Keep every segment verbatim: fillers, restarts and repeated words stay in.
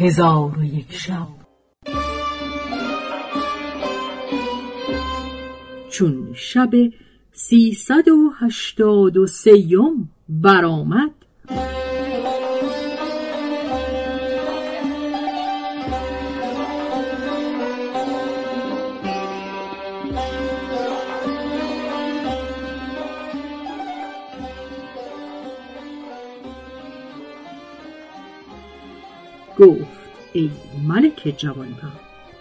هزار و یک شب. چون شب سیصد و هشتاد و سیم برآمد، گفت ای ملک جوانبخت،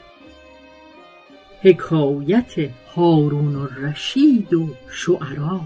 حکایت هارون الرشید و شعرا.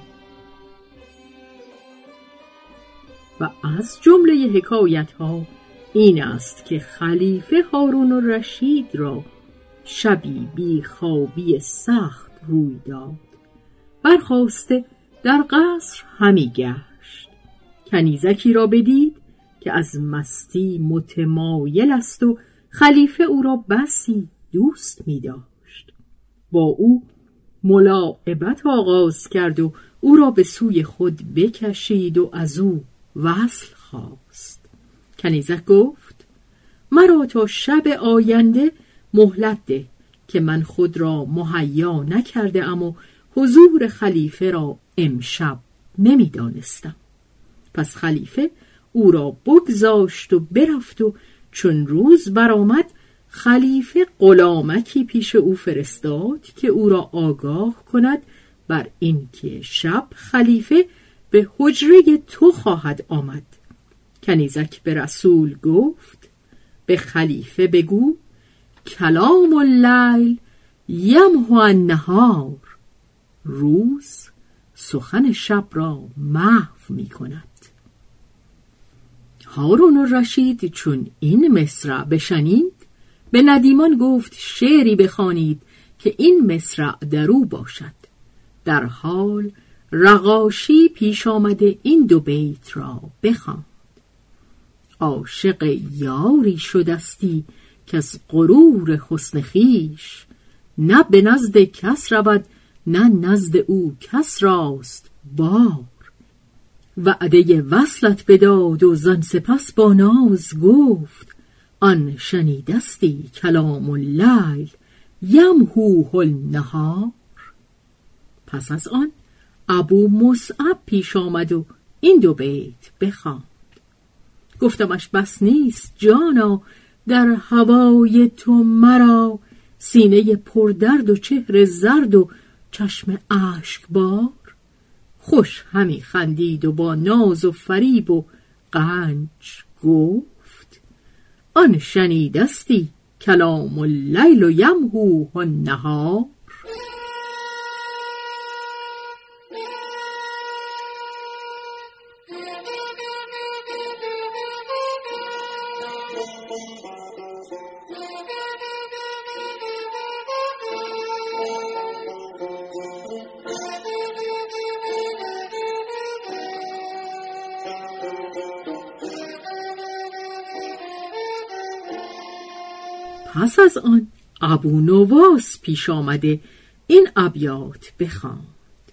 و از جمله حکایت ها این است که خلیفه هارون الرشید را شبی بی خوابی سخت روی داد. برخاسته در قصر همی گشت، کنیزکی را بدید که از مستی متمایل است و خلیفه او را بسی دوست می داشت. با او ملاعبت آغاز کرد و او را به سوی خود بکشید و از او وصل خواست. کنیزک گفت مرا تا شب آینده مهلت ده که من خود را مهیا نکرده ام و حضور خلیفه را امشب نمی دانستم. پس خلیفه او را بگذاشت و برفت و چون روز برآمد، خلیفه غلامکی پیش او فرستاد که او را آگاه کند بر این که شب خلیفه به حجره تو خواهد آمد. کنیزک به رسول گفت به خلیفه بگو کلام اللیل یمحو النهار، روز سخن شب را محو می کند. هارون الرشید چون این مصرع بشنید، به ندیمان گفت شعری بخوانید که این مصرع در او باشد. در حال رغاشی پیش آمده این دو بیت را بخواند. عاشق یاری شدستی که از غرور حسن خویش، نه به نزد کس رود نه نزد او کس راست بار. وعده وصلت بداد و زان سپس با ناز گفت، آن شنیدستی کلام اللیل یمحو النهار. پس از آن ابو مصعب پیش آمد و این دو بیت بخواند. گفتمش بس نیست جانا در هوای تو مرا، سینه پردرد و چهره زرد و چشم اشکبار. خوش همی خندید و با ناز و فریب و غنج گفت، آن شنیدستی کلام اللیل و یمحو النهار. پس از آن ابو نواس پیش آمده این ابیات بخواند.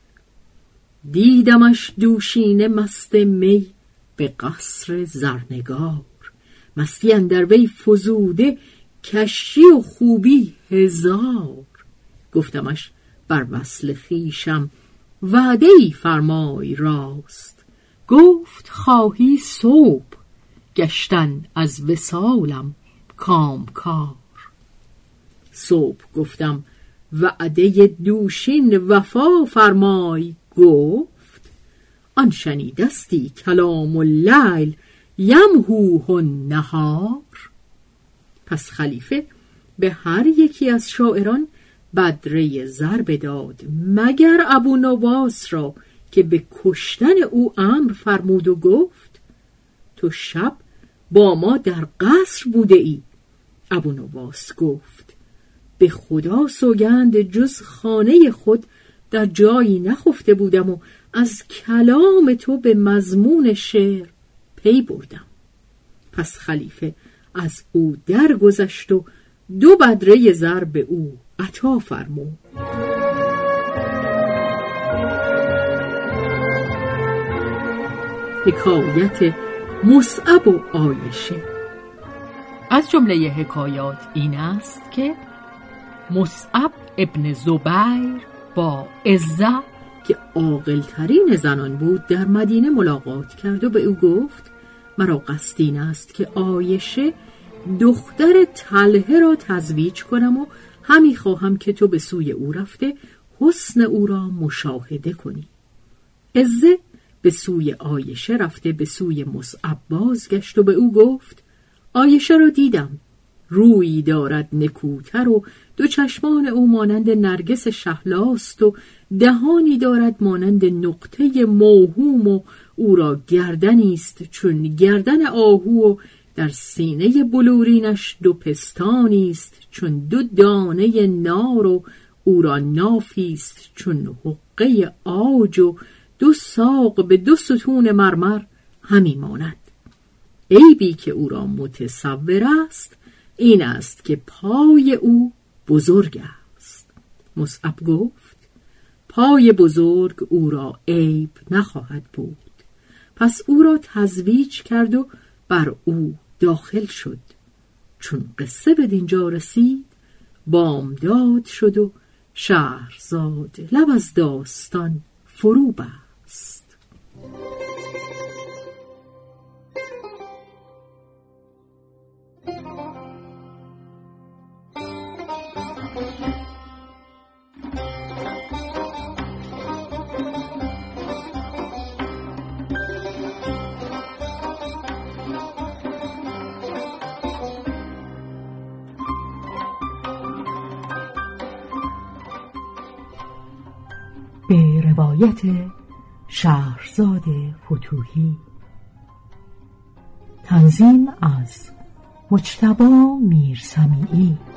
دیدمش دوشینه مست می به قصر زرنگار، مستی اندر وی فزوده کشی و خوبی هزار. گفتمش بر وصل خویشم وعده‌ای فرمای راست، گفت خواهی صبح گشتن از وصالم کام کار. صبح گفتم وعده دوشین وفا فرمای، گفت آن شنیدستی کلام اللیل یمحو النهار. پس خلیفه به هر یکی از شاعران بدره زر بداد، مگر ابو نواس را که به کشتن او امر فرمود و گفت تو شب با ما در قصر بوده ای. ابو نواس گفت به خدا سوگند جز خانه خود در جایی نخفته بودم و از کلام تو به مضمون شعر پی بردم. پس خلیفه از او درگذشت و دو بدره زر به او عطا فرمود. حکایت مصعب و عایشه. از جمله حکایات این است که مصعب ابن زبیر با عزه که عاقل‌ترین زنان بود در مدینه ملاقات کرد و به او گفت مرا قصد این است که عایشه دختر طلحه را تزویج کنم و همی خواهم که تو به سوی او رفته حسن او را مشاهده کنی. عزه به سوی عایشه رفته به سوی مصعب بازگشت و به او گفت عایشه را دیدم، رویی دارد نکوتر و دو چشمان او مانند نرگس شهلاست و دهانی دارد مانند نقطه موهوم و او را گردنی است چون گردن آهو و در سینه بلورینش دو پستانی است چون دو دانه نار و او را نافی است چون حقه عاج و دو ساق به دو ستون مرمر همی ماند. عیبی که او را متصور است این است که پای او بزرگ است. مصعب گفت پای بزرگ او را عیب نخواهد بود. پس او را تزویج کرد و بر او داخل شد. چون قصه به دینجا رسید بامداد شد و شهرزاد لب از داستان فرو بست. به روایت شهرزاد فتوحی. تنظیم از مجتبی میرسمیعی.